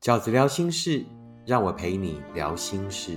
饺子聊心事，让我陪你聊心事。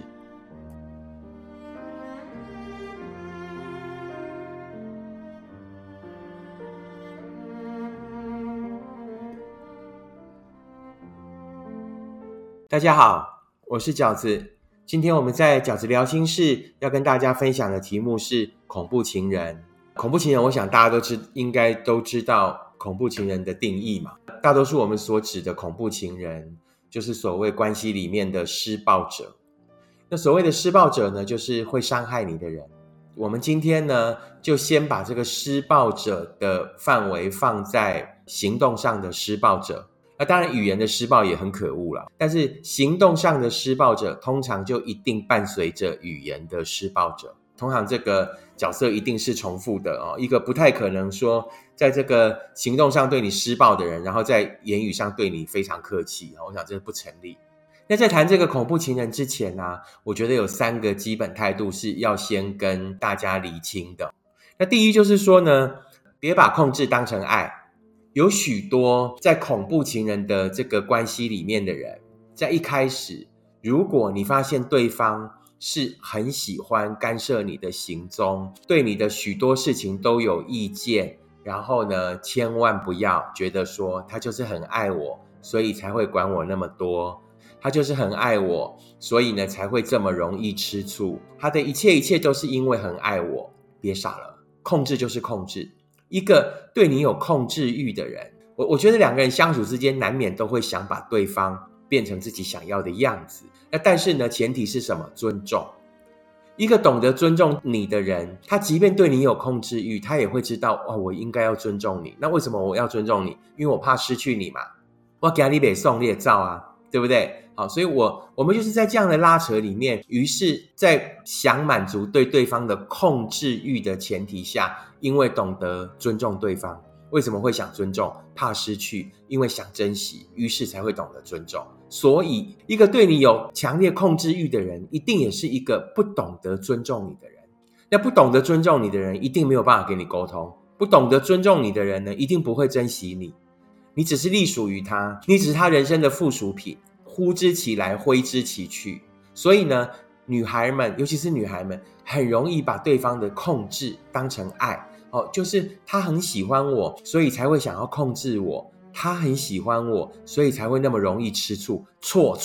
大家好，我是饺子。今天我们在饺子聊心事要跟大家分享的题目是恐怖情人。恐怖情人，我想大家应该都知道恐怖情人的定义嘛。大多数我们所指的恐怖情人，就是所谓关系里面的施暴者。那所谓的施暴者呢，就是会伤害你的人。我们今天呢，就先把这个施暴者的范围放在行动上的施暴者。那当然语言的施暴也很可恶啦，但是行动上的施暴者通常就一定伴随着语言的施暴者。通常这个角色一定是重复的哦，一个不太可能说在这个行动上对你施暴的人，然后在言语上对你非常客气，我想这不成立。那在谈这个恐怖情人之前啊，我觉得有3个基本态度是要先跟大家厘清的。那第一就是说呢，别把控制当成爱。有许多在恐怖情人的这个关系里面的人，在一开始，如果你发现对方是很喜欢干涉你的行踪，对你的许多事情都有意见，然后呢，千万不要觉得说他就是很爱我，所以才会管我那么多，他就是很爱我，所以呢才会这么容易吃醋，他的一切都是因为很爱我。别傻了，控制就是控制。一个对你有控制欲的人，我觉得2个人相处之间难免都会想把对方变成自己想要的样子。那但是呢，前提是什么？尊重。一个懂得尊重你的人，他即便对你有控制欲，他也会知道我应该要尊重你。那为什么我要尊重你？因为我怕失去你嘛。我给你北送列照啊，对不对？好，所以我们就是在这样的拉扯里面，于是在想满足对方的控制欲的前提下，因为懂得尊重对方。为什么会想尊重？怕失去，因为想珍惜，于是才会懂得尊重。所以一个对你有强烈控制欲的人，一定也是一个不懂得尊重你的人。那不懂得尊重你的人，一定没有办法跟你沟通。不懂得尊重你的人呢，一定不会珍惜你。你只是隶属于他，你只是他人生的附属品，呼之其来，挥之其去。所以呢，女孩们，尤其是女孩们，很容易把对方的控制当成爱。就是他很喜欢我，所以才会想要控制我。他很喜欢我，所以才会那么容易吃醋。错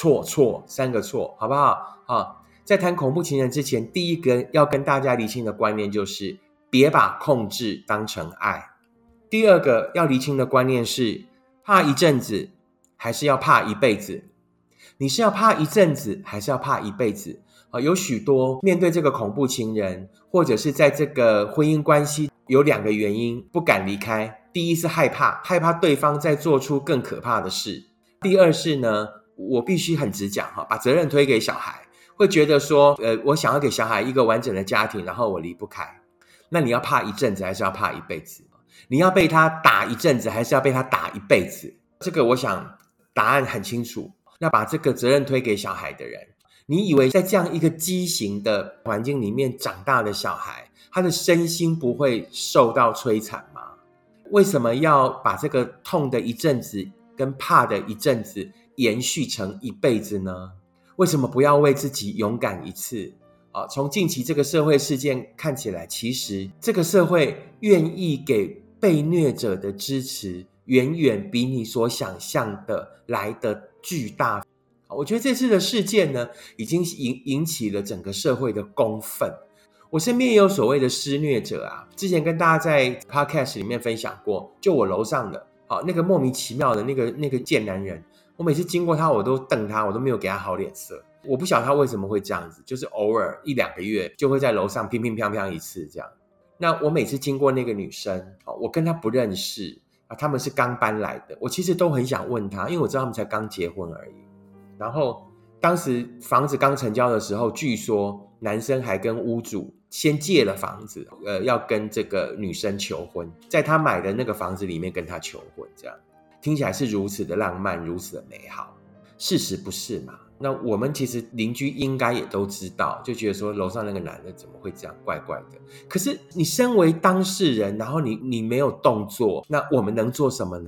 ，3个错，好不好？在谈恐怖情人之前，第一个要跟大家厘清的观念就是别把控制当成爱。第二个要厘清的观念是怕一阵子还是要怕一辈子。你是要怕一阵子还是要怕一辈子？有许多面对这个恐怖情人，或者是在这个婚姻关系，有2个原因不敢离开。第一是害怕对方再做出更可怕的事。第二是呢，我必须很直讲，把责任推给小孩，会觉得说我想要给小孩一个完整的家庭，然后我离不开。那你要怕一阵子还是要怕一辈子？你要被他打一阵子还是要被他打一辈子？这个我想答案很清楚。那把这个责任推给小孩的人，你以为在这样一个畸形的环境里面长大的小孩，他的身心不会受到摧残吗？为什么要把这个痛的一阵子跟怕的一阵子延续成一辈子呢？为什么不要为自己勇敢一次？从近期这个社会事件看起来，其实这个社会愿意给被虐者的支持远远比你所想象的来得巨大。我觉得这次的事件呢，已经引起了整个社会的公愤。我身边也有所谓的施虐者啊，之前跟大家在 podcast 里面分享过，就我楼上的那个莫名其妙的那个贱男人，我每次经过他我都瞪他，我都没有给他好脸色。我不晓得他为什么会这样子，就是偶尔1-2个月就会在楼上乒乒乓乓一次这样。那我每次经过那个女生，我跟她不认识他们是刚搬来的，我其实都很想问她，因为我知道他们才刚结婚而已。然后当时房子刚成交的时候，据说男生还跟屋主先借了房子，要跟这个女生求婚，在他买的那个房子里面跟他求婚，这样听起来是如此的浪漫，如此的美好。事实不是嘛？那我们其实邻居应该也都知道，就觉得说楼上那个男的怎么会这样，怪怪的。可是你身为当事人，然后你没有动作，那我们能做什么呢？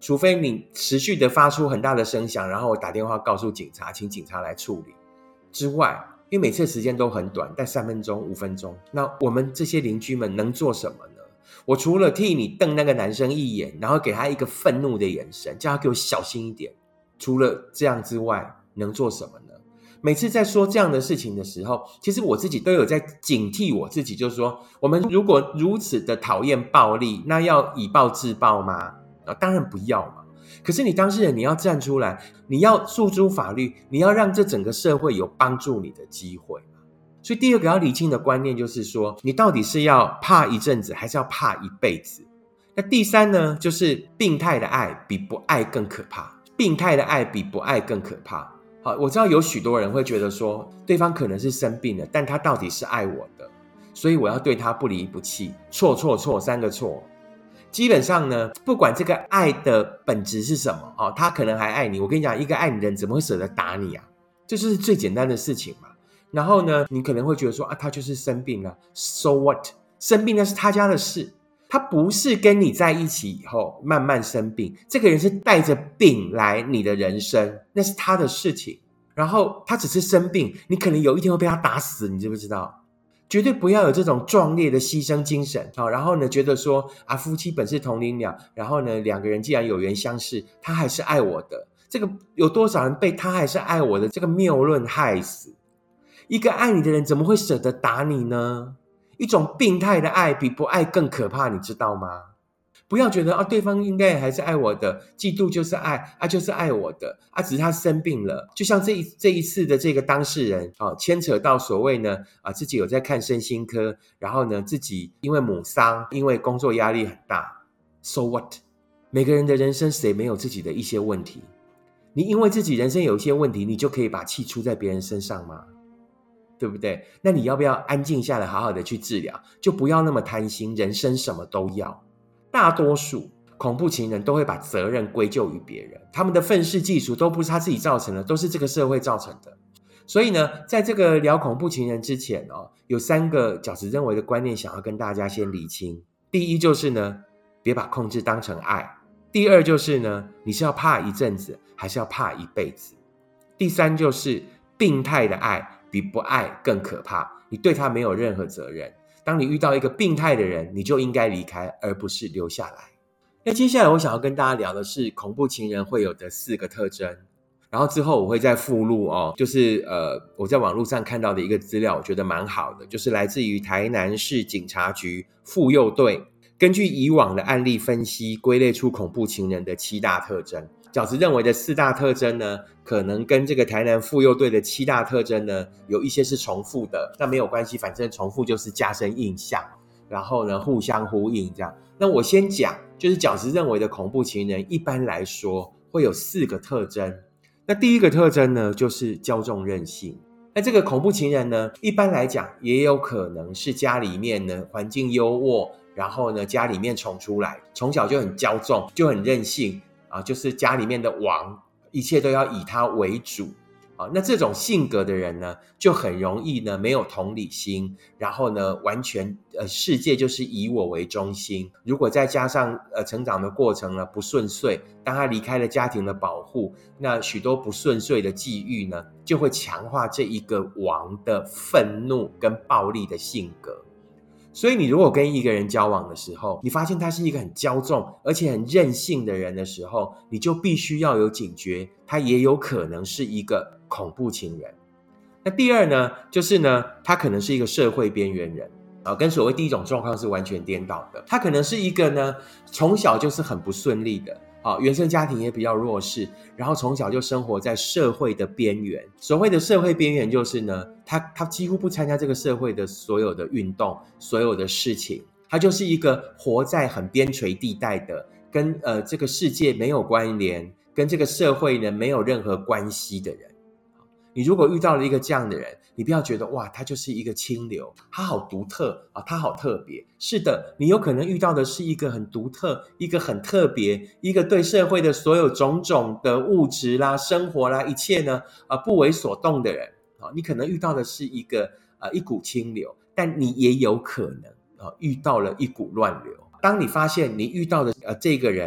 除非你持续的发出很大的声响，然后我打电话告诉警察，请警察来处理之外，因为每次的时间都很短，但3分钟5分钟，那我们这些邻居们能做什么呢？我除了替你瞪那个男生一眼，然后给他一个愤怒的眼神，叫他给我小心一点，除了这样之外能做什么呢？每次在说这样的事情的时候，其实我自己都有在警惕我自己，就是说我们如果如此的讨厌暴力，那要以暴制暴吗？当然不要嘛。可是你当事人你要站出来，你要诉诸法律，你要让这整个社会有帮助你的机会。所以第二个要厘清的观念就是说，你到底是要怕一阵子还是要怕一辈子。那第三呢，就是病态的爱比不爱更可怕，病态的爱比不爱更可怕。好，我知道有许多人会觉得说，对方可能是生病了，但他到底是爱我的，所以我要对他不离不弃。错3个错。基本上呢，不管这个爱的本质是什么，他可能还爱你。我跟你讲，一个爱你的人怎么会舍得打你啊？这就是最简单的事情嘛。然后呢，你可能会觉得说他就是生病了 ，so what？ 生病那是他家的事，他不是跟你在一起以后慢慢生病，这个人是带着病来你的人生，那是他的事情。然后他只是生病，你可能有一天会被他打死，你知不知道？绝对不要有这种壮烈的牺牲精神，然后呢，觉得说夫妻本是同林鸟，然后呢，两个人既然有缘相识，他还是爱我的。这个有多少人被他还是爱我的这个谬论害死？一个爱你的人怎么会舍得打你呢？一种病态的爱比不爱更可怕，你知道吗？不要觉得对方应该还是爱我的，嫉妒就是爱就是爱我的只是他生病了。就像这一次的这个当事人牵扯到所谓呢自己有在看身心科，然后呢自己因为母丧，因为工作压力很大 ，so what？ 每个人的人生谁没有自己的一些问题？你因为自己人生有一些问题，你就可以把气出在别人身上吗？对不对？那你要不要安静下来，好好的去治疗？就不要那么贪心，人生什么都要。大多数恐怖情人都会把责任归咎于别人，他们的愤世嫉俗都不是他自己造成的，都是这个社会造成的。所以呢，在这个聊恐怖情人之前有3个饺子认为的观念想要跟大家先理清。第一就是呢，别把控制当成爱。第二就是呢，你是要怕一阵子还是要怕一辈子。第三就是病态的爱比不爱更可怕，你对他没有任何责任。当你遇到一个病态的人，你就应该离开，而不是留下来。那接下来我想要跟大家聊的是恐怖情人会有的4个特征，然后之后我会再附录就是我在网络上看到的一个资料，我觉得蛮好的，就是来自于台南市警察局妇幼队根据以往的案例分析，归类出恐怖情人的7大特征。饺子认为的4大特征呢，可能跟这个台南妇幼队的7大特征呢，有一些是重复的，那没有关系，反正重复就是加深印象，然后呢互相呼应这样。那我先讲，就是饺子认为的恐怖情人一般来说会有4个特征。那第一个特征呢，就是骄纵任性。那这个恐怖情人呢，一般来讲也有可能是家里面呢环境优渥，然后呢家里面宠出来，从小就很骄纵，就很任性就是家里面的王，一切都要以他为主那这种性格的人呢，就很容易呢没有同理心，然后呢完全世界就是以我为中心。如果再加上成长的过程呢不顺遂，当他离开了家庭的保护，那许多不顺遂的际遇呢，就会强化这一个王的愤怒跟暴力的性格。所以你如果跟一个人交往的时候，你发现他是一个很骄纵而且很任性的人的时候，你就必须要有警觉，他也有可能是一个恐怖情人。那第二呢，就是呢，他可能是一个社会边缘人跟所谓第一种状况是完全颠倒的。他可能是一个呢，从小就是很不顺利的原生家庭也比较弱势，然后从小就生活在社会的边缘。所谓的社会边缘就是呢，他几乎不参加这个社会的所有的运动，所有的事情，他就是一个活在很边陲地带的，跟这个世界没有关联，跟这个社会呢没有任何关系的人。你如果遇到了一个这样的人，你不要觉得哇，他就是一个清流，他好独特他好特别。是的，你有可能遇到的是一个很独特，一个很特别，一个对社会的所有种种的物质啦、生活啦，一切呢不为所动的人你可能遇到的是一个一股清流，但你也有可能遇到了一股乱流。当你发现你遇到的这个人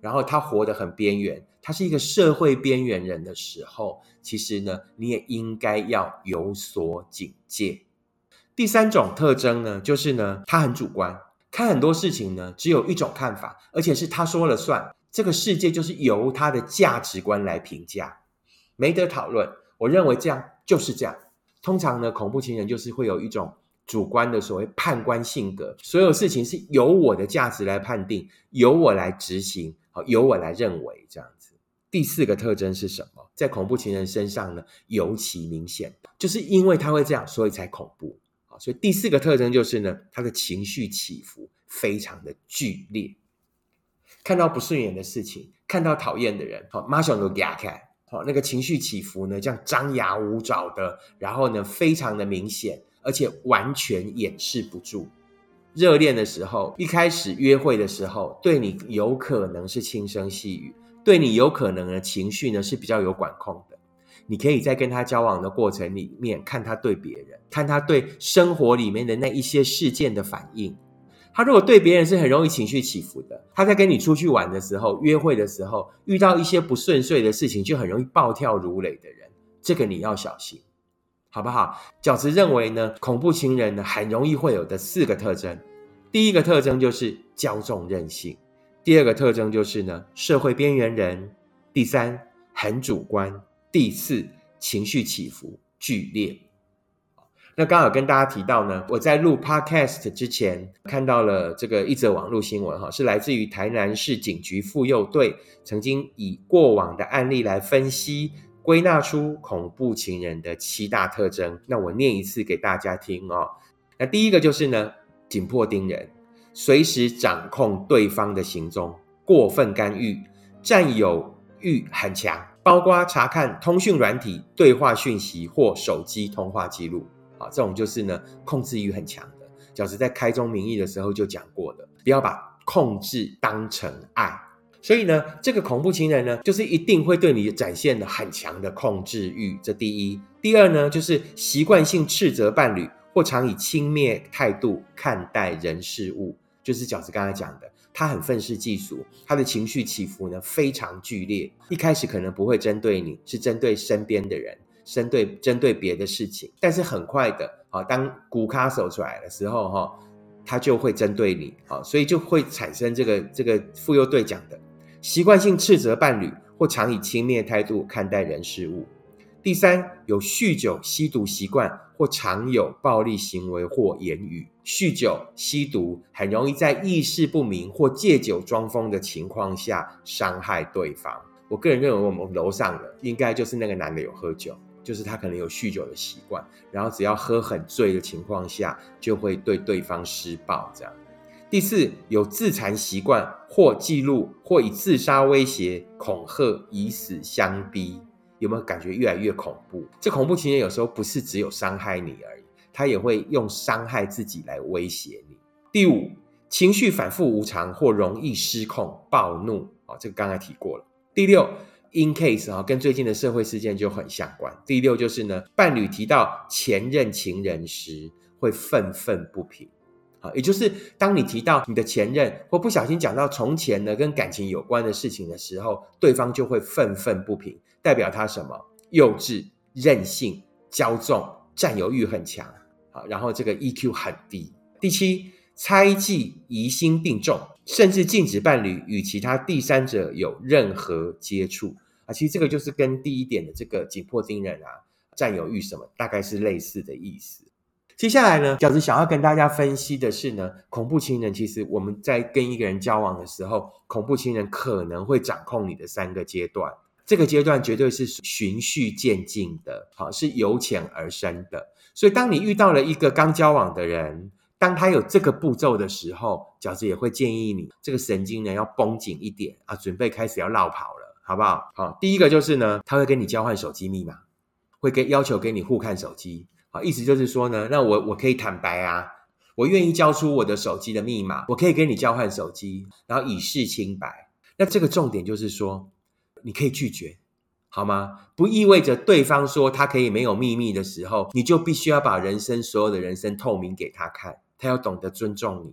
然后他活得很边缘，他是一个社会边缘人的时候，其实呢，你也应该要有所警戒。第三种特征呢，就是呢，他很主观，看很多事情呢，只有一种看法，而且是他说了算，这个世界就是由他的价值观来评价，没得讨论。我认为这样就是这样。通常呢，恐怖情人就是会有一种主观的所谓判官性格，所有事情是由我的价值来判定，由我来执行，由我来认为这样子。第四个特征是什么？在恐怖情人身上呢，尤其明显，就是因为他会这样，所以才恐怖。所以第四个特征就是呢，他的情绪起伏非常的剧烈，看到不顺眼的事情，看到讨厌的人，马上就压开，那个情绪起伏呢，这样张牙舞爪的，然后呢，非常的明显，而且完全掩饰不住。热恋的时候，一开始约会的时候，对你有可能是轻声细语，对你有可能的情绪呢是比较有管控的。你可以在跟他交往的过程里面，看他对别人，看他对生活里面的那一些事件的反应。他如果对别人是很容易情绪起伏的，他在跟你出去玩的时候，约会的时候，遇到一些不顺遂的事情就很容易暴跳如雷的人，这个你要小心，好不好？饺子认为呢，恐怖情人呢很容易会有的4个特征。第一个特征就是骄纵任性，第二个特征就是呢社会边缘人，第三很主观，第四情绪起伏剧烈。那刚好跟大家提到呢，我在录 podcast 之前看到了这个一则网络新闻，是来自于台南市警局妇幼队曾经以过往的案例来分析，归纳出恐怖情人的7大特征。那我念一次给大家听哦。那第一个就是呢，紧迫盯人，随时掌控对方的行踪，过分干预，占有欲很强，包括查看通讯软体、对话讯息或手机通话记录。这种就是呢控制欲很强的。饺子在开宗明义的时候就讲过的，不要把控制当成爱。所以呢，这个恐怖情人呢，就是一定会对你展现的很强的控制欲，这第一。第二呢，就是习惯性斥责伴侣，或常以轻蔑态度看待人事物，就是饺子刚才讲的，他很愤世嫉俗，他的情绪起伏呢非常剧烈。一开始可能不会针对你，是针对身边的人，针对别的事情，但是很快的，当骨卡手出来的时候，他就会针对你，所以就会产生这个妇幼队讲的习惯性斥责伴侣，或常以轻蔑态度看待人事物。第三，有酗酒吸毒习惯，或常有暴力行为或言语。酗酒吸毒很容易在意识不明或借酒装疯的情况下伤害对方。我个人认为我们楼上的应该就是那个男的有喝酒，就是他可能有酗酒的习惯，然后只要喝很醉的情况下就会对对方施暴这样。第四，有自残习惯，或记录，或以自杀威胁、恐吓、以死相逼。有没有感觉越来越恐怖？这恐怖情人有时候不是只有伤害你而已，他也会用伤害自己来威胁你。第五，情绪反复无常，或容易失控、暴怒，这个刚才提过了。第六， in case 跟最近的社会事件就很相关。第六就是呢，伴侣提到前任情人时会愤愤不平，也就是当你提到你的前任，或不小心讲到从前呢跟感情有关的事情的时候，对方就会愤愤不平，代表他什么？幼稚、任性、骄纵、占有欲很强，然后这个 EQ 很低。第七，猜忌、疑心病重，甚至禁止伴侣与其他第三者有任何接触。其实这个就是跟第一点的这个紧迫盯人占有欲什么大概是类似的意思。接下来呢，饺子想要跟大家分析的是呢，恐怖情人其实我们在跟一个人交往的时候，恐怖情人可能会掌控你的3个阶段。这个阶段绝对是循序渐进的，是由浅而深的。所以当你遇到了一个刚交往的人，当他有这个步骤的时候，饺子也会建议你这个神经呢要绷紧一点准备开始要落跑了，好不好？第一个就是呢，他会跟你交换手机密码，会要求给你互看手机，意思就是说呢，那我可以坦白我愿意交出我的手机的密码，我可以跟你交换手机，然后以示清白。那这个重点就是说，你可以拒绝，好吗？不意味着对方说他可以没有秘密的时候，你就必须要把所有的人生透明给他看，他要懂得尊重你。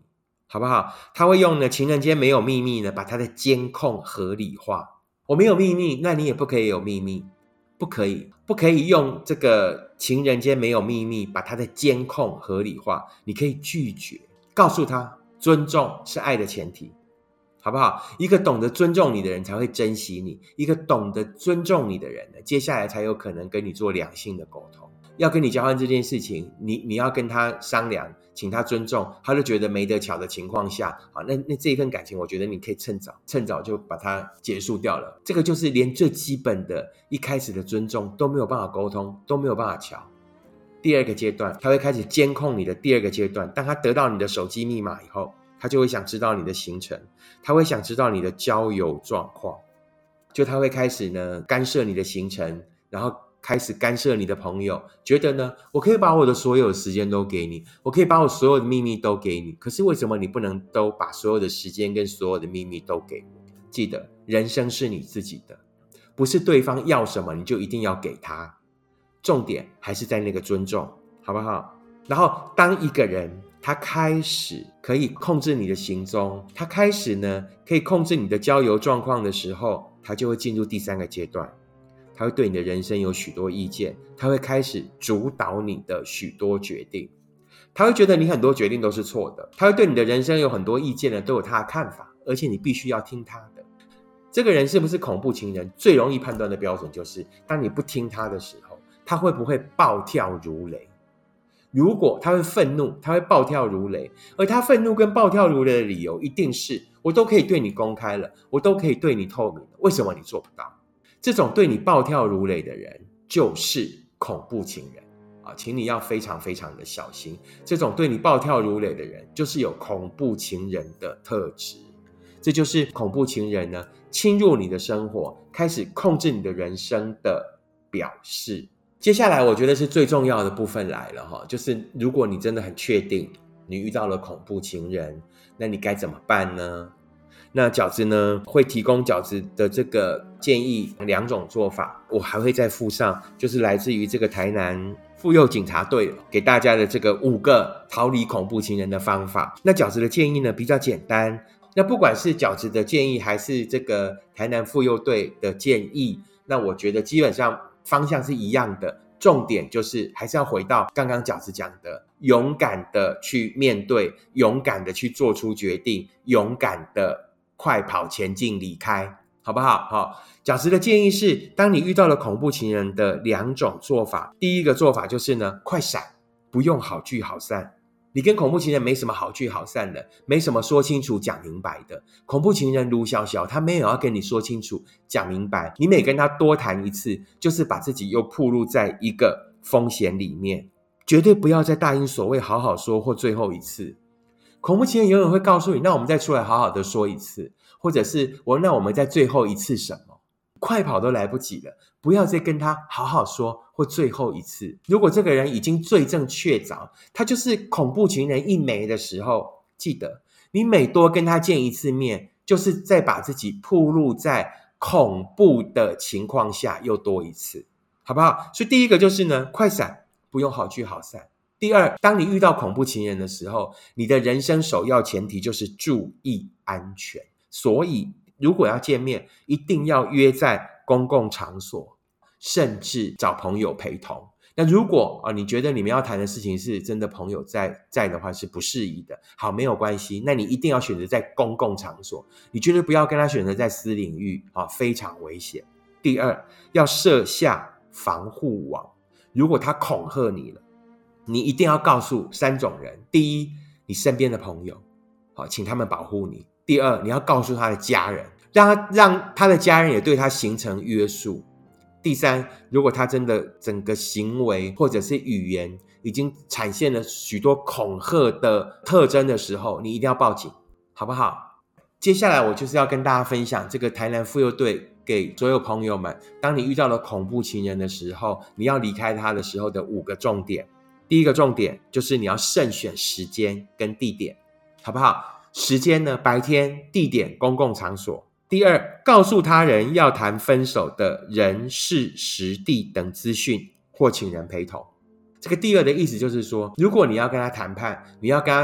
好不好？他会用呢情人间没有秘密呢，把他的监控合理化。我没有秘密，那你也不可以有秘密，不可以用这个情人间没有秘密把他的监控合理化。你可以拒绝，告诉他尊重是爱的前提，好不好？一个懂得尊重你的人才会珍惜你，一个懂得尊重你的人呢，接下来才有可能跟你做良性的沟通。要跟你交换这件事情，你要跟他商量，请他尊重，他就觉得没得巧的情况下，好，那这一份感情，我觉得你可以趁早就把它结束掉了。这个就是连最基本的一开始的尊重都没有办法沟通，都没有办法瞧。第二个阶段，他会开始监控你的第二个阶段，当他得到你的手机密码以后，他就会想知道你的行程，他会想知道你的交友状况，就他会开始呢干涉你的行程，然后开始干涉你的朋友，觉得呢我可以把我的所有的时间都给你，我可以把我所有的秘密都给你，可是为什么你不能都把所有的时间跟所有的秘密都给我？记得人生是你自己的，不是对方要什么你就一定要给他，重点还是在那个尊重，好不好？然后当一个人他开始可以控制你的行踪，他开始呢可以控制你的交友状况的时候，他就会进入第三个阶段，他会对你的人生有许多意见，他会开始主导你的许多决定，他会觉得你很多决定都是错的，他会对你的人生有很多意见呢，都有他的看法，而且你必须要听他的。这个人是不是恐怖情人，最容易判断的标准就是当你不听他的时候，他会不会暴跳如雷。如果他会愤怒，他会暴跳如雷，而他愤怒跟暴跳如雷的理由一定是我都可以对你公开了，我都可以对你透明了，为什么你做不到？这种对你暴跳如雷的人就是恐怖情人啊，请你要非常非常的小心。这种对你暴跳如雷的人就是有恐怖情人的特质，这就是恐怖情人呢侵入你的生活，开始控制你的人生的表示。接下来我觉得是最重要的部分来了，就是如果你真的很确定你遇到了恐怖情人，那你该怎么办呢？那饺子呢会提供饺子的这个建议2种做法，我还会再附上就是来自于这个台南妇幼警察队给大家的这个5个逃离恐怖情人的方法。那饺子的建议呢比较简单，那不管是饺子的建议还是这个台南妇幼队的建议，那我觉得基本上方向是一样的，重点就是还是要回到刚刚饺子讲的，勇敢的去面对，勇敢的去做出决定，勇敢的快跑前进离开，好不好？好，饺子的建议是，当你遇到了恐怖情人的2种做法，第一个做法就是呢，快闪，不用好聚好散。你跟恐怖情人没什么好聚好散的，没什么说清楚讲明白的。恐怖情人卢小小，他没有要跟你说清楚讲明白，你每跟他多谈一次，就是把自己又暴露在一个风险里面。绝对不要再答应所谓好好说或最后一次。恐怖情人永远会告诉你，那我们再出来好好的说一次，或者是那我们再最后一次什么？快跑都来不及了，不要再跟他好好说或最后一次。如果这个人已经罪证确凿，他就是恐怖情人一枚的时候，记得你每多跟他见一次面，就是再把自己暴露在恐怖的情况下又多一次，好不好？所以第一个就是呢，快闪，不用好聚好散。第二，当你遇到恐怖情人的时候，你的人生首要前提就是注意安全。所以如果要见面，一定要约在公共场所，甚至找朋友陪同。那如果你觉得你们要谈的事情是真的朋友在的话是不适宜的，好，没有关系，那你一定要选择在公共场所，你绝对不要跟他选择在私领域，非常危险。第二，要设下防护网。如果他恐吓你了，你一定要告诉3种人。第一，你身边的朋友，请他们保护你。第二，你要告诉他的家人，让他的家人也对他形成约束。第三，如果他真的整个行为或者是语言已经产现了许多恐吓的特征的时候，你一定要报警，好不好？接下来我就是要跟大家分享这个台南妇幼队给所有朋友们，当你遇到了恐怖情人的时候，你要离开他的时候的5个重点。第一个重点就是你要慎选时间跟地点，好不好？时间呢，白天，地点，公共场所。第二，告诉他人要谈分手的人事时地等资讯，或请人陪同。这个第二的意思就是说，如果你要跟他谈判，你要跟他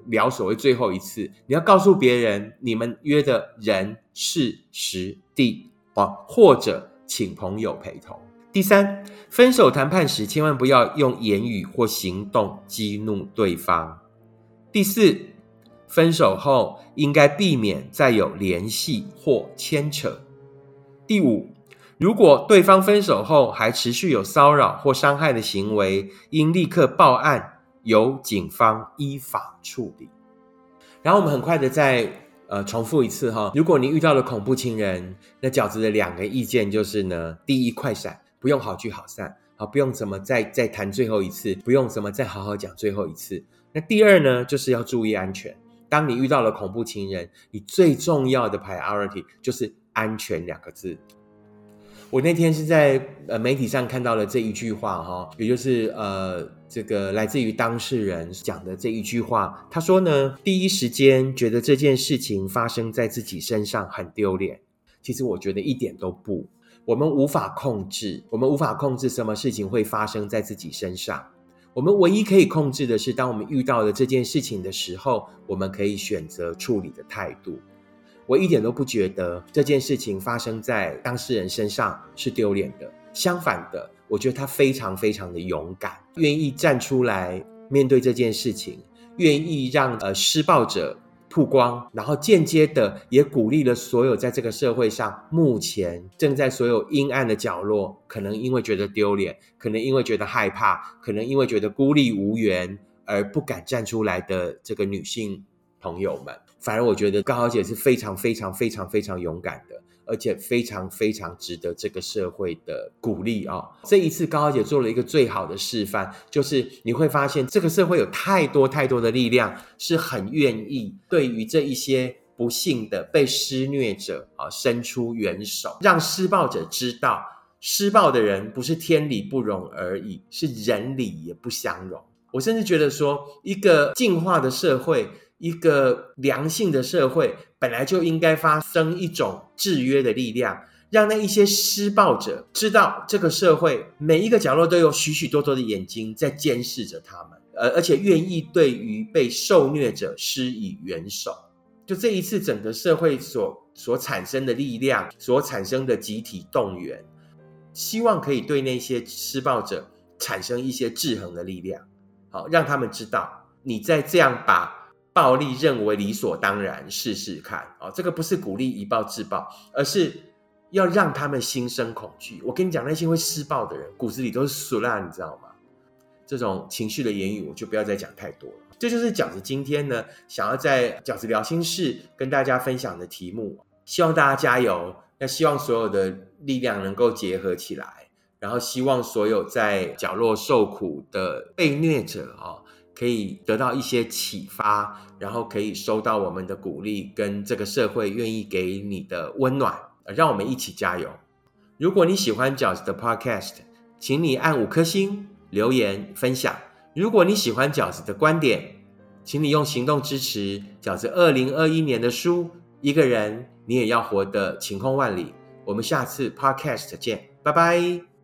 聊所谓最后一次，你要告诉别人你们约的人事时地，或者请朋友陪同。第三，分手谈判时千万不要用言语或行动激怒对方。第四，分手后应该避免再有联系或牵扯。第五，如果对方分手后还持续有骚扰或伤害的行为，应立刻报案，由警方依法处理。然后我们很快的再重复一次哈，如果你遇到了恐怖情人，那饺子的2个意见就是呢，第一，快闪，不用好聚好散，不用怎么再谈最后一次，不用怎么再好好讲最后一次。那第二呢，就是要注意安全。当你遇到了恐怖情人，你最重要的 priority 就是安全2个字。我那天是在媒体上看到了这一句话也就是这个来自于当事人讲的这一句话。他说呢，第一时间觉得这件事情发生在自己身上很丢脸。其实我觉得一点都不，我们无法控制什么事情会发生在自己身上。我们唯一可以控制的是，当我们遇到了这件事情的时候，我们可以选择处理的态度。我一点都不觉得这件事情发生在当事人身上是丢脸的，相反的，我觉得他非常非常的勇敢，愿意站出来面对这件事情，愿意让施暴者曝光，然后间接的也鼓励了所有在这个社会上目前正在所有阴暗的角落，可能因为觉得丢脸，可能因为觉得害怕，可能因为觉得孤立无援而不敢站出来的这个女性朋友们。反而我觉得高豪姐是非常非常非常非常勇敢的，而且非常非常值得这个社会的鼓励这一次高豪姐做了一个最好的示范，就是你会发现这个社会有太多太多的力量是很愿意对于这一些不幸的被施虐者伸出援手，让施暴者知道施暴的人不是天理不容而已，是人理也不相容。我甚至觉得说，一个进化的社会，一个良性的社会，本来就应该发生一种制约的力量，让那一些施暴者知道这个社会每一个角落都有许许多多的眼睛在监视着他们，而且愿意对于被受虐者施以援手。就这一次整个社会所产生的力量，所产生的集体动员，希望可以对那些施暴者产生一些制衡的力量，好，让他们知道你再这样把暴力认为理所当然试试看这个不是鼓励以暴制暴，而是要让他们心生恐惧。我跟你讲，那些会施暴的人骨子里都是俗烂，你知道吗？这种情绪的言语我就不要再讲太多了。这就是饺子今天呢想要在饺子聊心事跟大家分享的题目，希望大家加油，那希望所有的力量能够结合起来，然后希望所有在角落受苦的被虐者可以得到一些启发，然后可以收到我们的鼓励跟这个社会愿意给你的温暖，让我们一起加油。如果你喜欢饺子的 podcast， 请你按5颗星留言分享。如果你喜欢饺子的观点，请你用行动支持饺子2021年的书《一个人你也要活得晴空万里》。我们下次 podcast 见，拜拜。